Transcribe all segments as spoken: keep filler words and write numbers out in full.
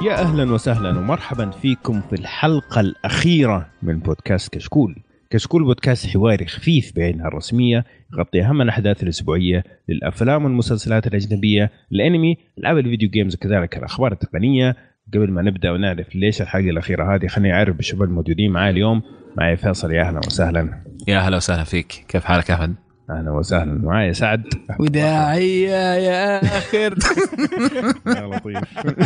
يا أهلا وسهلا ومرحبا فيكم في الحلقة الأخيرة من بودكاست كشكول. كشكول بودكاست حواري خفيف بعينها الرسمية يغطي أهم الأحداث الأسبوعية للأفلام والمسلسلات الأجنبية، الأنمي، ألعاب الفيديو جيمز وكذلك الأخبار التقنية. قبل ما نبدأ ونعرف ليش الحلقة الأخيرة هذه، خليني أعرف بالشباب الموجودين معي اليوم. معي فيصل، يا أهلا وسهلا. يا أهلا وسهلا فيك، كيف حالك يا أحمد؟ أهلا وسهلا. معي سعد. وداعية يا آخر. يا لطيف.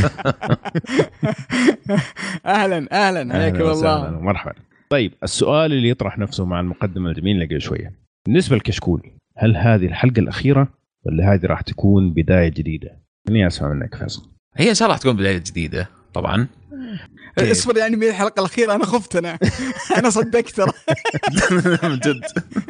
أهلا أهلا عليك والله. مرحبا. طيب، السؤال اللي يطرح نفسه مع المقدمة الجميلة قبل شوية، بالنسبة لكشكول، هل هذه الحلقة الأخيرة ولا هذه راح تكون بداية جديدة؟ أنا أسمع منك فيصل. هي إن شاء الله راح تكون بداية جديدة طبعا. اصبر، يعني من الحلقة الأخيرة أنا خفت. أنا أنا صدقت ترى. من جد.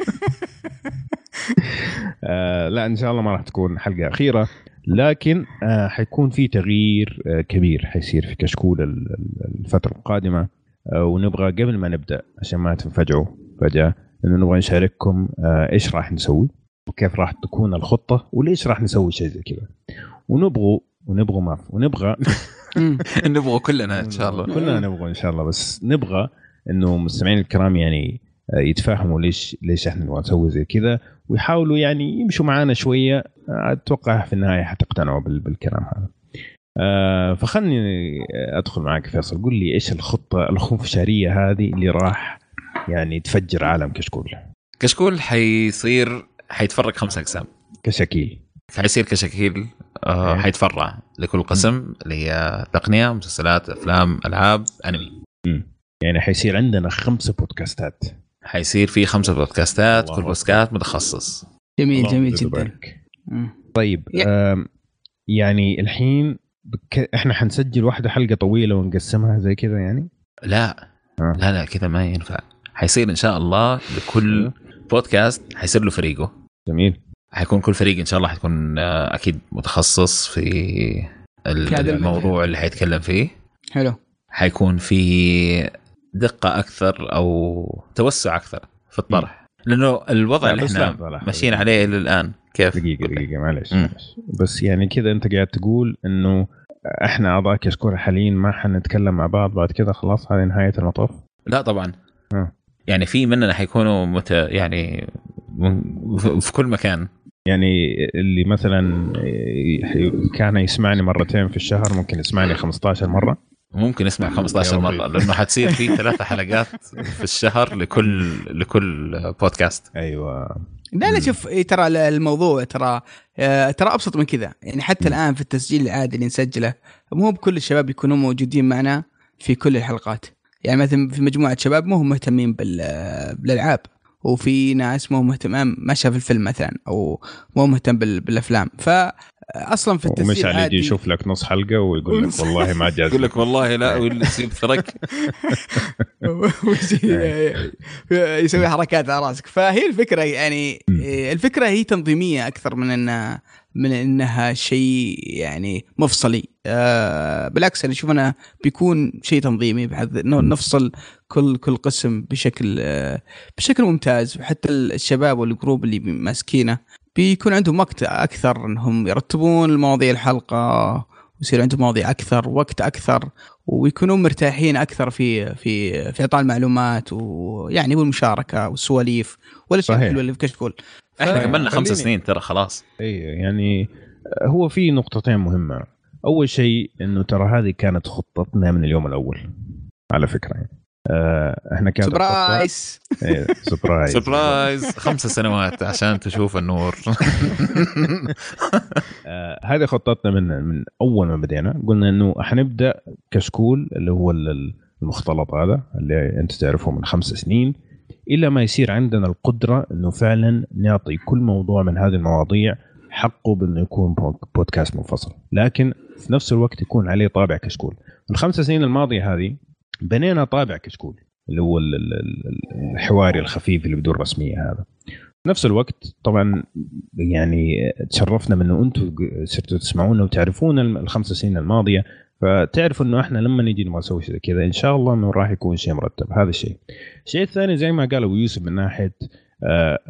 آه لا، إن شاء الله ما راح تكون حلقة أخيرة، لكن آه حيكون في تغيير آه كبير حيصير في كشكول الفترة القادمة. آه ونبغى قبل ما نبدأ عشان ما تنفجعوا فجأة إنه نبغى نشارككم آه إيش راح نسوي وكيف راح تكون الخطة وليش راح نسوي شيء زي كذا. ونبغوا ونبغوا ما ونبغى نبغى كلنا إن شاء الله، كلنا نبغى إن شاء الله، بس نبغى إنه مستمعين الكرام يعني يتفاهموا ليش ليش احنا نبغى نسوي زي كذا، ويحاولوا يعني يمشوا معانا شويه. اتوقع في النهايه حتقتنعوا بالكلام هذا. أه فخلني ادخل معك فيصل، قل لي ايش الخطه الخنفشاريه هذه اللي راح يعني تفجر عالم كشكول. كشكول حيصير حيتفرق خمسة اقسام كشكيل. حيصير كشكيل. أه حيتفرع لكل قسم اللي هي تقنيه، مسلسلات، افلام، العاب، انمي. م. يعني حيصير عندنا خمسة بودكاستات. حيصير في خمسة بودكاستات، كل بودكاست متخصص. جميل جميل جدا. طيب آه يعني الحين بك... احنا حنسجل واحدة حلقة طويلة ونقسمها زي كذا يعني؟ لا آه. لا لا كذا ما ينفع. حيصير ان شاء الله لكل بودكاست حيصير له فريقه. جميل. حيكون كل فريق ان شاء الله حيكون اكيد متخصص في الموضوع اللي حيتكلم فيه. حلو. حيكون في دقة أكثر أو توسع أكثر في الطرح، لأنه الوضع اللي إحنا ماشيين عليه إلى الآن. كيف؟ دقيقة دقيقة معلش بس يعني كذا أنت قاعد تقول إنه إحنا أعضاء كشكول حاليا ما حنتكلم مع بعض بعد كذا خلاص هذه نهاية المطاف؟ لا طبعا. ها. يعني في مننا حيكونوا مت يعني في كل مكان. يعني اللي مثلا كان يسمعني مرتين في الشهر ممكن يسمعني خمسة عشر مرة. ممكن اسمع خمسة عشر مرة، لأنه حتصير في ثلاثة حلقات في الشهر لكل لكل بودكاست. أيوة. لا لا شوف، ترى الموضوع ترى ترى أبسط من كذا. يعني حتى م. الآن في التسجيل العادي اللي نسجله مو بكل الشباب يكونوا موجودين معنا في كل الحلقات. يعني مثلا في مجموعة شباب مو هم مهتمين بالألعاب، وفي ناس مو مهتم ما شاف الفيلم مثلا أو مو مهتم بالأفلام. ف اصلا في التسجيل ومش على يجي يشوف لك نص حلقه ويقول لك والله ما جاز، يقول لك والله لا، ويسيب ثرك يسوي حركات على راسك. فهي الفكره يعني الفكره هي تنظيميه اكثر من انها من انها شيء يعني مفصلي. أه بالعكس انا اشوف انه بيكون شيء تنظيمي بحيث انه نفصل كل كل قسم بشكل أه بشكل ممتاز. وحتى الشباب والجروب اللي ماسكينه بيكون عندهم وقت أكثر أنهم يرتبون المواضيع الحلقة، ويصير عندهم مواضيع أكثر، وقت أكثر، ويكونوا مرتاحين أكثر في في في إعطاء المعلومات ويعني والمشاركة والسواليف والأشياء الحلوة اللي في كشكول. إحنا كملنا خمس سنين ترى خلاص. إيه يعني هو في نقطتين مهمة. أول شيء إنه ترى هذه كانت خطتنا من اليوم الأول على فكرة. يعني احنا كانت سبرايز ايه سبرايز سبرايز خمس سنوات عشان تشوف النور. آه هذه خطتنا من من اول ما بدينا. قلنا انه حنبدا كشكول اللي هو المختلط هذا اللي انت تعرفه من خمس سنين الى ما يصير عندنا القدره انه فعلا نعطي كل موضوع من هذه المواضيع حقه بانه يكون بودكاست منفصل، لكن في نفس الوقت يكون عليه طابع كشكول. الخمس سنين الماضيه هذه بنينا طابع كشكول اللي هو الحواري الخفيف اللي بدون رسمية هذا. في نفس الوقت طبعا يعني تشرفنا من انه انتم صرتوا تسمعونا وتعرفون الخمس سنين الماضية، فتعرفوا انه احنا لما نيجي نسوي شيء كذا ان شاء الله انه راح يكون شيء مرتب. هذا الشيء. الشيء الثاني زي ما قالوا يوسف من ناحية آه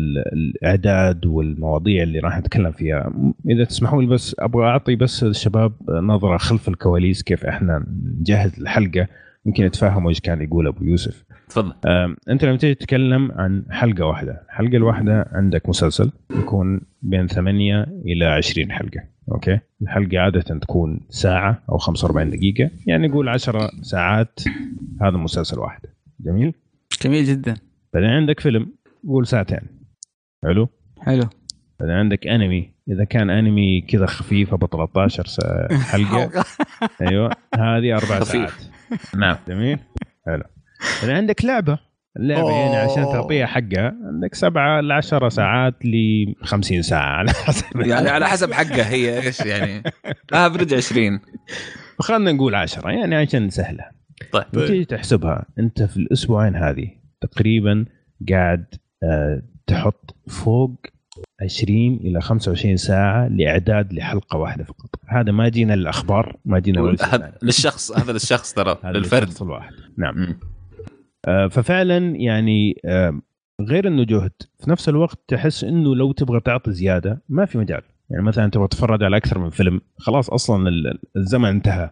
الاعداد والمواضيع اللي راح نتكلم فيها. اذا تسمحوا لي بس ابغى اعطي بس الشباب نظره خلف الكواليس كيف احنا نجهز الحلقه، يمكن يتفهموا ايش كان يقول ابو يوسف. تفضل. انت لما تيجي تتكلم عن حلقه واحده، الحلقه الواحده عندك مسلسل يكون بين ثمانية الى عشرين حلقه، اوكي؟ الحلقه عاده تكون ساعه او خمسة وأربعين دقيقه، يعني نقول عشر ساعات، هذا مسلسل واحد. جميل جميل جدا. بعدين عندك فيلم قول ساعتين، حلو حلو. بعدين عندك انمي، اذا كان انمي كذا خفيف ابو ثلاثة عشر حلقه ايوه هذه اربع ساعات. نعم جميل حلو. بعدين عندك لعبه، اللعبه يعني عشان تعطيها حقها عندك سبعة لعشرة ساعات لخمسين ساعه على حسب يعني على حسب حقها هي ايش يعني افرج عشرين، خلينا نقول عشرة يعني عشان سهله. طيب تيجي تحسبها انت في الاسبوعين هذه تقريبا قاعد أه تحط فوق عشرين إلى خمسة وعشرين ساعة لإعداد لحلقة واحدة فقط. هذا ما جينا للأخبار، ما جينا للشخص، هذا للشخص ترى للفرد الواحد. نعم. آه ففعلا يعني آه غير إنه جهد، في نفس الوقت تحس إنه لو تبغى تعطي زيادة ما في مجال. يعني مثلا تبغى تتفرج على أكثر من فيلم، خلاص أصلا الزمن انتهى.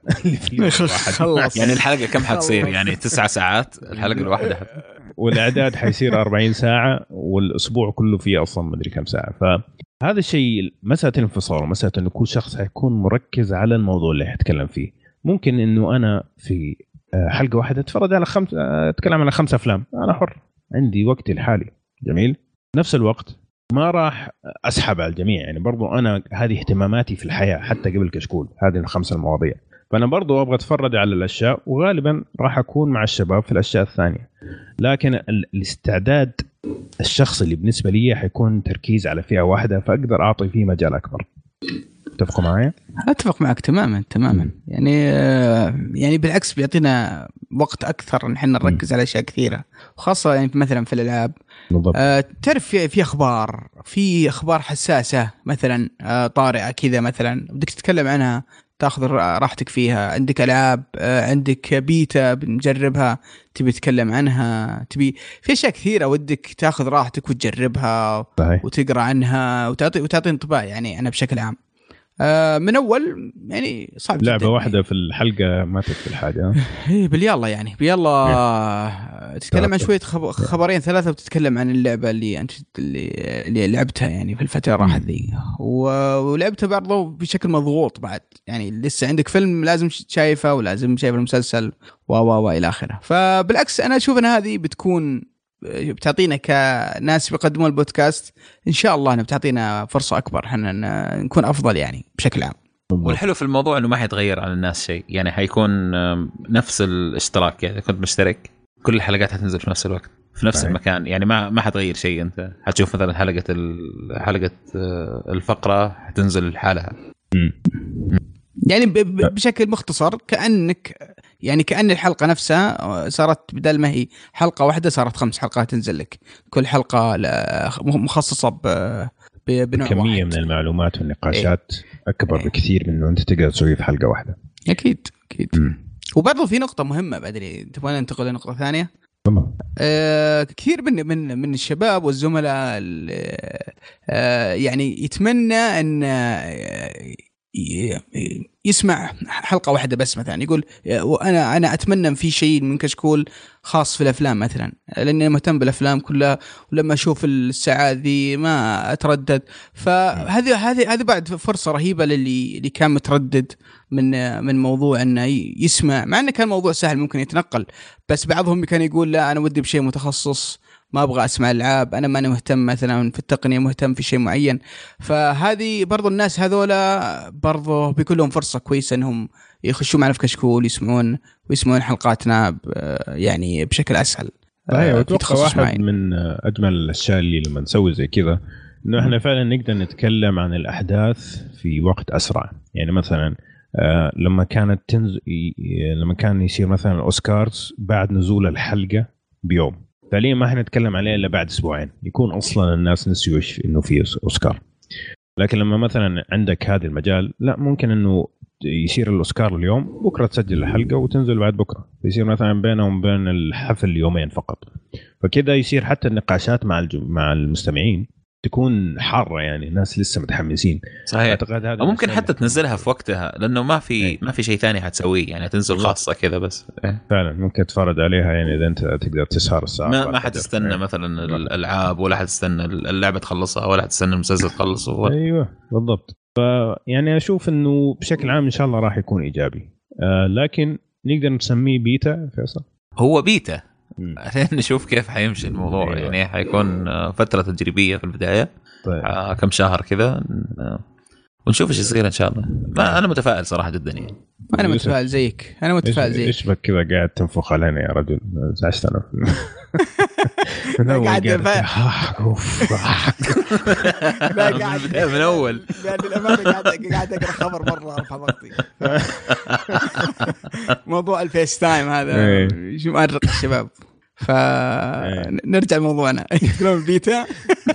خلاص يعني الحلقة كم حتصير؟ يعني تسعة ساعات الحلقة الواحدة، والإعداد حيصير أربعين ساعة، والأسبوع كله فيه أصلا مدري كم ساعة. فهذا الشيء مسألة الانفصال ومسألة إنه كل شخص هيكون مركز على الموضوع اللي هيتكلم فيه. ممكن إنه أنا في حلقة واحدة أتفرج على خمس أتكلم على خمسة أفلام، أنا حر، عندي وقتي الحالي. جميل. نفس الوقت ما راح أسحب على الجميع، يعني برضو أنا هذه اهتماماتي في الحياة حتى قبل كشكول، هذه الخمسة المواضيع. فأنا برضو أبغى أتفرج على الأشياء، وغالبا راح أكون مع الشباب في الأشياء الثانية. لكن الاستعداد الشخص اللي بالنسبة لي حيكون تركيز على فئة واحدة، فأقدر أعطي فيه مجال أكبر. تتفقوا معي؟ أتفق معك تماما تماما. يعني يعني بالعكس بيعطينا وقت أكثر نحن نركز على أشياء كثيرة، وخاصة يعني مثلا في الألعاب. آه تعرف في, في أخبار في أخبار حساسة مثلا آه طارئة كذا مثلا بدك تتكلم عنها، تاخذ راحتك فيها. عندك ألعاب، عندك بيتا بنجربها تبي تتكلم عنها، تبي في أشياء كثيرة ودك تاخذ راحتك وتجربها صحيح. وتقرأ عنها وتعطي وتعطي انطباع. يعني أنا بشكل عام من أول يعني صعب لعبة واحدة يعني. في الحلقة ما تكفي الحاجة. إيه باليلا يعني بيلا تتكلم عن شوية خبرين ثلاثة وتتكلم عن اللعبة اللي أنت اللي, اللي لعبتها يعني في الفترة راحت ذي، ولعبتها برضو بشكل مضغوط بعد. يعني لسه عندك فيلم لازم شايفه ولازم شايف المسلسل و و إلى آخره. فبالعكس أنا أشوف أن هذه بتكون بتعطينا كناس بيقدموا البودكاست إن شاء الله أنها بتعطينا فرصة أكبر حنا نكون أفضل يعني بشكل عام. والحلو في الموضوع إنه ما حيتغير على الناس شيء، يعني حيكون نفس الاشتراك. يعني كنت مشترك كل الحلقات هتنزل في نفس الوقت في نفس المكان، يعني ما ما حتغير شيء. أنت حتشوف مثلا حلقة حلقة الفقرة حتنزل حالها. يعني بشكل مختصر كأنك يعني كأن الحلقة نفسها صارت بدل ما هي حلقة واحدة صارت خمس حلقات تنزل لك، كل حلقة مخصصة بنوع كمية واحد من المعلومات والنقاشات إيه. أكبر إيه. بكثير من إنه أنت تقدر تسويه في حلقة واحدة. أكيد أكيد. وبرضه في نقطة مهمة بدري تبغى ننتقل لنقطة ثانية. آه كثير من من من الشباب والزملاء آه يعني يتمنى أن آه يسمع حلقة واحدة بس مثلا، يقول أنا أنا أتمنى في شيء من كشكول خاص في الأفلام مثلا، لأني مهتم بالأفلام كلها، ولما أشوف الساعات ذي ما أتردد. فهذه هذه هذه بعد فرصة رهيبة للي اللي كان متردد من من موضوع أنه يسمع، مع أنه كان موضوع سهل ممكن يتنقل، بس بعضهم كان يقول لا أنا ودي بشيء متخصص، ما أبغى أسمع الألعاب، أنا ماني مهتم مثلا في التقنية، مهتم في شيء معين. فهذه برضو الناس هذولا برضو بيكون لهم فرصة كويسة أنهم يخشوا معنا في كشكول، يسمعون ويسمعون حلقاتنا يعني بشكل أسهل. أيوة أتوقع واحد معين. من أجمل الأشياء اللي لما نسوي زي كذا إنه إحنا فعلا نقدر نتكلم عن الأحداث في وقت أسرع. يعني مثلا لما كانت تنز... لما كان يصير مثلا الأوسكارز بعد نزول الحلقة بيوم، فعليا ما احنا نتكلم عليه الا بعد اسبوعين، يكون اصلا الناس نسيوا انه في اوسكار. لكن لما مثلا عندك هذا المجال لا ممكن انه يصير الاوسكار اليوم بكره تسجل الحلقه وتنزل بعد بكره يصير مثلا بينهم بين الحفل يومين فقط فكذا يصير حتى النقاشات مع مع المستمعين تكون حاره يعني الناس لسه متحمسين صحيح اعتقد هذا ممكن حتى تنزلها في وقتها لانه ما في ايه. ما في شيء ثاني حتسويه يعني تنزل خاصه كذا بس ايه. فعلا ممكن تتفرج عليها يعني اذا انت تقدر تسهر الساعه ما, ما حتستنى ايه. مثلا الالعاب ولا حتستنى اللعبه تخلصها ولا حتستنى المسلسل تخلصه ولا. ايوه بالضبط فيعني اشوف انه بشكل عام ان شاء الله راح يكون ايجابي آه لكن نقدر نسميه بيتا فيصل هو بيتا عشان نشوف كيف حيمشي الموضوع أيوة. يعني حيكون فترة تجريبية في البداية طيب. آه كم شهر كذا ونشوف ايش يصير ان شاء الله ما انا متفائل صراحة جدا يعني انا متفائل زيك انا متفائل زيك ايش بك كذا قاعد تنفخ علينا يا رجل زعجت انا انا قاعد اوف لا قاعد من اول قاعد الامانه قاعد قاعد اقرا خبر مره ارفع ضغطي موضوع الفيس تايم هذا شو مؤرق الشباب فنرجع لموضوعنا يقولون البيتا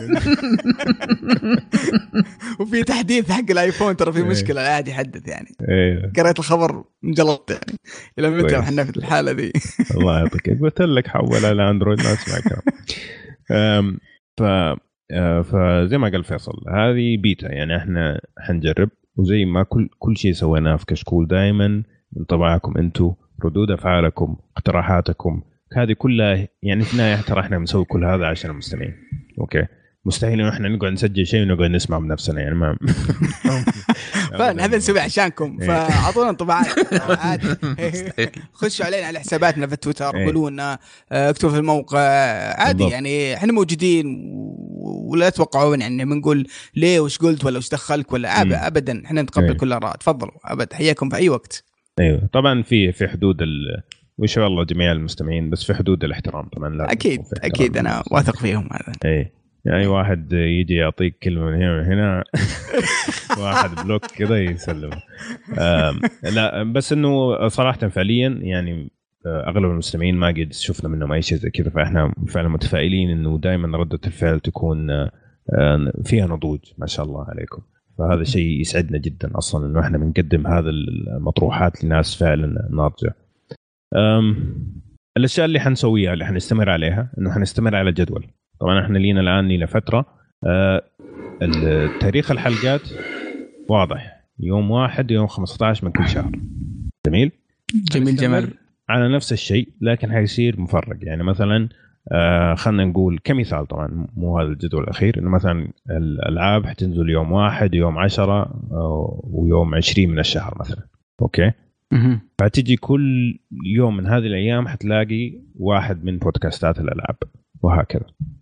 وفي تحديث حق الايفون ترى في مشكله قاعد يحدث يعني قريت الخبر انجلطت يعني الى متى احنا في الحاله ذي الله يعطيك قلت لك حول على اندرويد ما اسمع كلام ف فزي ما قال فيصل هذه بيتا يعني احنا حنجرب وزي ما كل كل شيء سويناه في كشكول دائما انطباعكم انتم ردود افعالكم اقتراحاتكم هذه كلها يعني في النهايه ترى احنا بنسوي كل هذا عشان المستمعين اوكي مستحيل انه احنا نقعد نسجل شيء ونقعد نسمع بنفسنا يعني ما فان هذا نسوي عشانكم فاعطونا انطباعات عادي خشوا علينا على حساباتنا في تويتر قولوا لنا اكتبوا في الموقع عادي يعني احنا موجودين ولا تتوقعوا يعني بنقول ليه وش قلت ولا وش دخلك ولا ابدا احنا نتقبل كل اراء تفضلوا ابد حياكم في اي وقت ايوه طبعا في في حدود ال وإن شاء الله جميع المستمعين بس في حدود الاحترام طبعا لا أكيد أكيد أنا واثق فيهم هذا إيه يعني واحد يجي يعطيك كلمة من هنا وهنا واحد بلوك كذا يسلم لا بس إنه صراحة فعليا يعني أغلب المستمعين ما قد شفنا منهم أي شيء زي كذا فإحنا فعلا متفائلين إنه دائما ردة الفعل تكون فيها نضوج ما شاء الله عليكم فهذا شيء يسعدنا جدا أصلا إنه إحنا بنقدم هذا المطروحات لناس فعلا ناضجة. الاشياء اللي حنسويها اللي حنستمر عليها انه حنستمر على جدول طبعا احنا لينا الان لينا فتره أه التاريخ الحلقات واضح يوم واحد يوم خمسة عشر من كل شهر جميل جميل جمال على نفس الشيء لكن حيصير مفرق يعني مثلا أه خلنا نقول كمثال طبعا مو هذا الجدول الاخير انه مثلا الالعاب حتنزل يوم واحد يوم عشرة ويوم عشرين من الشهر مثلا اوكي فتجي كل يوم من هذه الأيام حتلاقي واحد من بودكاستات الألعاب وهكذا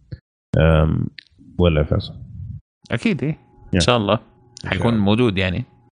ولا فاصل أكيد إيه إن شاء الله حيكون موجود يعني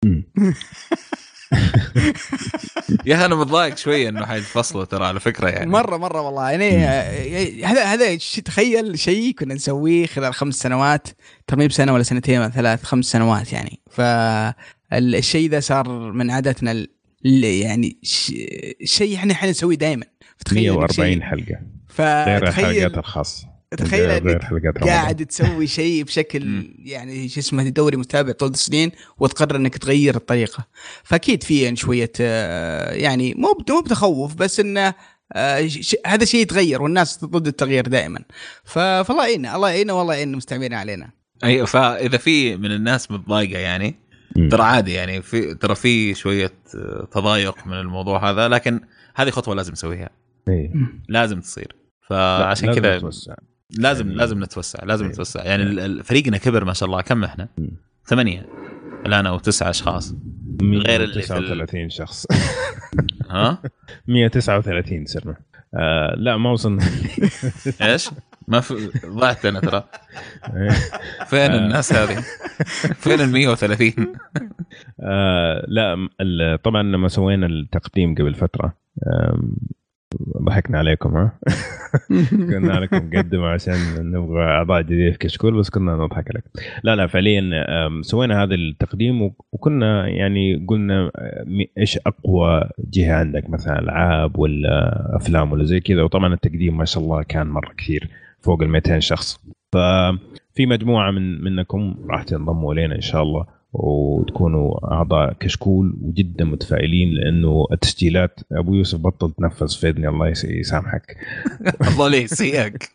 يا أنا متضايق شوية إنه حيتفصلوا ترى على فكرة يعني مرة مرة والله يعني هذا هذا تخيل شيء كنا نسويه خلال خمس سنوات ترميم سنة ولا سنتين ولا ثلاث خمس سنوات يعني فالشيء ذا صار من عادتنا يعني شيء احنا احنا نسويه دائما مية وأربعين حلقه غير الحلقات الخاصه تخيل انك قاعد تسوي شيء بشكل يعني شو اسمه دوري متابع طول السنين وتقرر انك تغير الطريقه فاكيد في يعني شويه يعني مو مو بتخوف بس انه هذا شيء يتغير والناس ضد التغيير دائما فالله يعيننا الله يعيننا والله يعين المستمعين علينا ايوه فاذا في من الناس متضايقه يعني ترى عادي يعني في ترى في شويه تضايق من الموضوع هذا لكن هذه خطوه لازم نسويها إيه. لازم تصير فعشان كذا لازم يعني لازم نتوسع لازم إيه. نتوسع يعني فريقنا كبر ما شاء الله كم احنا ثمانية الان او تسعة اشخاص غير اللي تسعة وثلاثين شخص ها مية وتسعة وثلاثين صرنا آه لا ما وصلنا ايش ما في ضعت انا ترى فين الناس هذه فين ال مية وثلاثين آه لا طبعا لما سوينا التقديم قبل فتره ضحكنا عليكم ها كنا لكم مقدمة عشان نبغى أعضاء جديدة في كشكول بس كنا نضحك عليك لا لا فعليا سوينا هذا التقديم وكنا يعني قلنا إيش أقوى جهة عندك مثلا ألعاب ولا أفلام ولا زي كذا وطبعا التقديم ما شاء الله كان مرة كثير فوق المئتين شخص ف في مجموعه من منكم راح تنضموا الينا ان شاء الله وتكونوا اعضاء كشكول، وجدا متفائلين لانه التسجيلات ابو يوسف بطل تنفس في اذني الله يسامحك. الله ليه سيئك.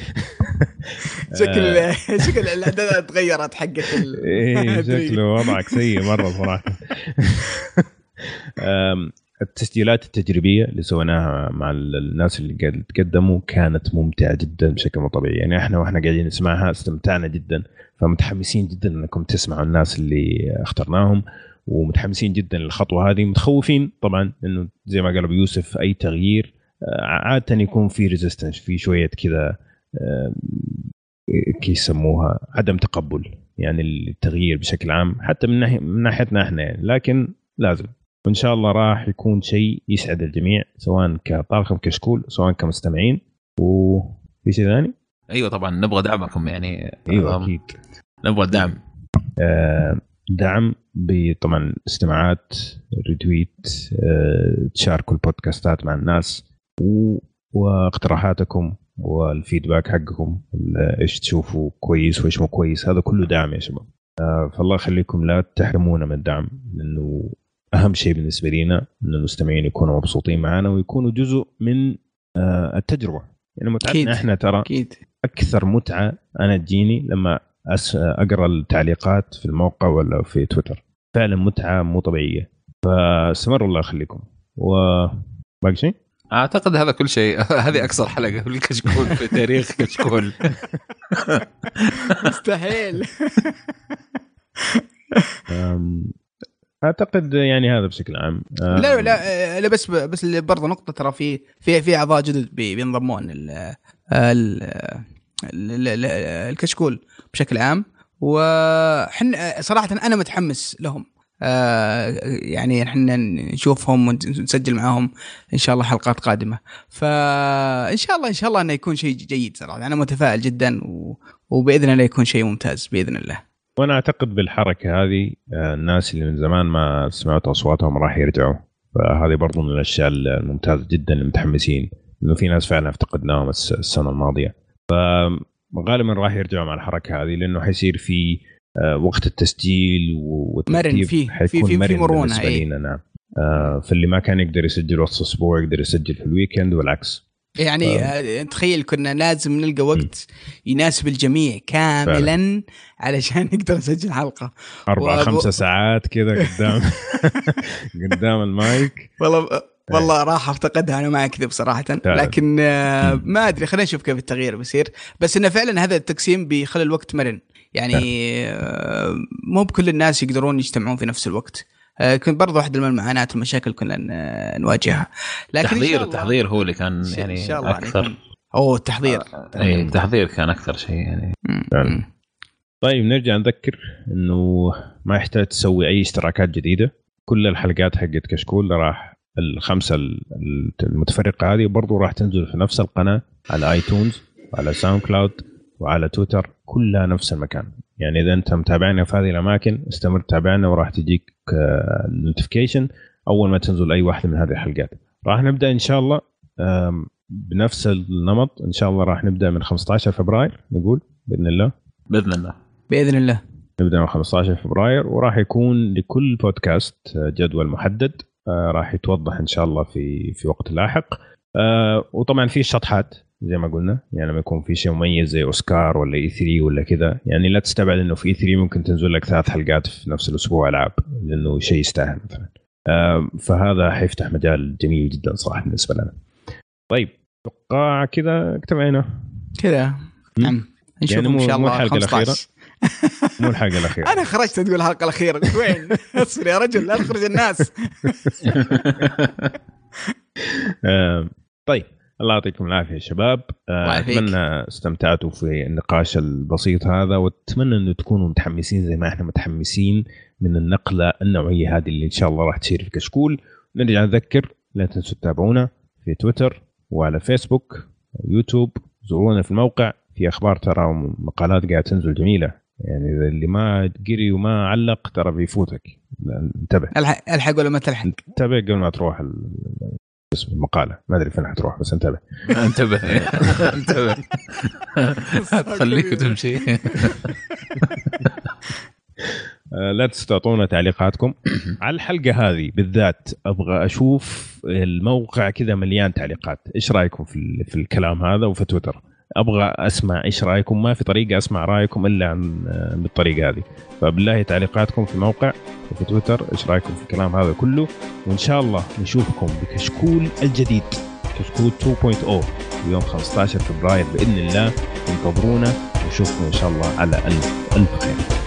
شكل شكل الاعدادات تغيرت حقت ايه شكله وضعك سيء مره صراحه. التسجيلات التجريبيه اللي سويناها مع الناس اللي قاعد تقدموا كانت ممتعه جدا بشكل مو طبيعي. يعني احنا واحنا قاعدين نسمعها استمتعنا جدا، فمتحمسين جدا انكم تسمعوا الناس اللي اخترناهم، ومتحمسين جدا للخطوه هذه. متخوفين طبعا انه زي ما قال ابو يوسف اي تغيير عاده يكون في ريزيستنس، في شويه كذا كي يسموها عدم تقبل يعني التغيير بشكل عام، حتى من ناحيه من ناحيتنا احنا يعني. لكن لازم وان شاء الله راح يكون شيء يسعد الجميع، سواء كطاقم كشكول سواء كمستمعين. وفي شيء ثاني؟ ايوه طبعا نبغى دعمكم يعني. ايوه اكيد نبغى دعم. آه دعم بطبعا استماعات، ريتويت، آه تشاركوا البودكاستات مع الناس، و... واقتراحاتكم والفيدباك حقكم، ايش تشوفوا كويس وايش مو كويس، هذا كله دعم يا شباب. آه فالله يخليكم لا تحرمونا من الدعم، لانه اهم شيء بالنسبه لنا ان المستمعين يكونوا مبسوطين معنا ويكونوا جزء من آه التجربه. يعني متعتنا احنا ترى أكيد. اكثر متعه انا تجيني لما اقرا التعليقات في الموقع ولا في تويتر، فعلا متعه مو طبيعيه. فاستمروا الله يخليكم. وباقي شيء اعتقد هذا كل شيء. هذه اكثر حلقه في الكشكول في تاريخ كشكول. مستحيل. اعتقد يعني هذا بشكل عام. لا لا لا بس بس برضه نقطه، ترى في في في اعضاء جدد بينضمون ال ال الكشكول بشكل عام، وحنا صراحه انا متحمس لهم. يعني احنا نشوفهم ونسجل معهم ان شاء الله حلقات قادمه، فان شاء الله ان شاء الله انه يكون شيء جيد. صراحه انا متفائل جدا، وباذن الله يكون شيء ممتاز باذن الله. وانا اعتقد بالحركه هذه الناس اللي من زمان ما سمعت اصواتهم راح يرجعوا، فهذه برضو من الاشياء الممتازه جدا المتحمسين، انه في ناس فعلا افتقدناهم السنه الماضيه، فغالبا راح يرجعوا مع الحركه هذه، لانه حيصير في وقت التسجيل والترتيب حيكون في مرن بالنسبه لنا. نعم. فاللي ما كان يقدر يسجل وسط الاسبوع يقدر يسجل في الويكند والعكس. يعني ف... تخيل كنا لازم نلقى وقت يناسب الجميع كاملا فعلا. علشان نقدر نسجل حلقة أربعة وأبو... خمسة ساعات كذا قدام قدام المايك. والله والله راح افتقدها انا ما اكذب صراحه، لكن ما ادري خلينا نشوف كيف التغيير بيصير. بس انه فعلا هذا التقسيم بيخلي الوقت مرن، يعني مو بكل الناس يقدرون يجتمعون في نفس الوقت. كنت برضو واحدة من المعاناة والمشاكل كنا نواجهها، لكن تحضير التحضير هو اللي كان يعني أكثر. أوه التحضير أي التحضير كان أكثر شيء يعني. طيب نرجع نذكر إنه ما يحتاج تسوي أي اشتراكات جديدة، كل الحلقات حقت كشكول راح الخمسة المتفرقة هذه برضو راح تنزل في نفس القناة على آيتونز وعلى ساوند كلاود وعلى تويتر، كلها نفس المكان. يعني إذا أنت متابعنا في هذه الأماكن استمر تابعنا وراح تجيك نوتيفيكيشن أول ما تنزل أي واحدة من هذه الحلقات. راح نبدأ إن شاء الله بنفس النمط، إن شاء الله راح نبدأ من خمسة عشر فبراير نقول بإذن الله بإذن الله بإذن الله نبدأ من خمسة عشر فبراير، وراح يكون لكل بودكاست جدول محدد راح يتوضح إن شاء الله في في وقت لاحق. وطبعا في شطحات زي ما قلنا، يعني لما يكون في شيء مميز زي أوسكار ولا إي ثري ولا كذا، يعني لا تستبعد إنه في إي ثري ممكن تنزل لك ثلاث حلقات في نفس الأسبوع ألعاب، لأنه شيء يستاهل مثلا. فهذا حيفتح مجال جميل جدا صراحة بالنسبة لنا. طيب توقع كذا اكتبعنا كذا نعم نشوف يعني إن شاء الله الحلقة الأخيرة. مو الحلقة الأخيرة. أنا خرجت تقول الحلقة الأخيرة وين؟ أصبر يا رجل لا تخرج الناس. طيب الله يعطيكم العافية يا شباب. أتمنى استمتعتوا في النقاش البسيط هذا، وأتمنى أنه تكونوا متحمسين زي ما احنا متحمسين من النقلة النوعية هذه اللي إن شاء الله راح تصير في كشكول. نرجع نذكر لا تنسوا تتابعونا في تويتر وعلى فيسبوك ويوتيوب، زورونا في الموقع، في أخبار ترى ومقالات قاعدة تنزل جميلة، يعني اللي ما قري وما علق ترى بيفوتك، انتبه. الحق ولا ما تلحق؟ انتبه قبل ما تروح ال... اسم المقالة، ما أدري فين حتروح بس انتبه. انتبه انتبه خليك تمشي. لا تستعطونا تعليقاتكم على الحلقة هذه بالذات. أبغى أشوف الموقع كذا مليان تعليقات. إيش رأيكم في في الكلام هذا؟ وفي تويتر أبغى أسمع إيش رأيكم. ما في طريقة أسمع رأيكم إلا عن بالطريقة هذه. فبالله تعليقاتكم في الموقع وفي تويتر. إيش رأيكم في الكلام هذا كله؟ وإن شاء الله نشوفكم بكشكول الجديد كشكول اثنين نقطة صفر يوم خمسة عشر فبراير بإذن الله. انتظرونا ونشوفكم إن شاء الله على ألف ألف خير.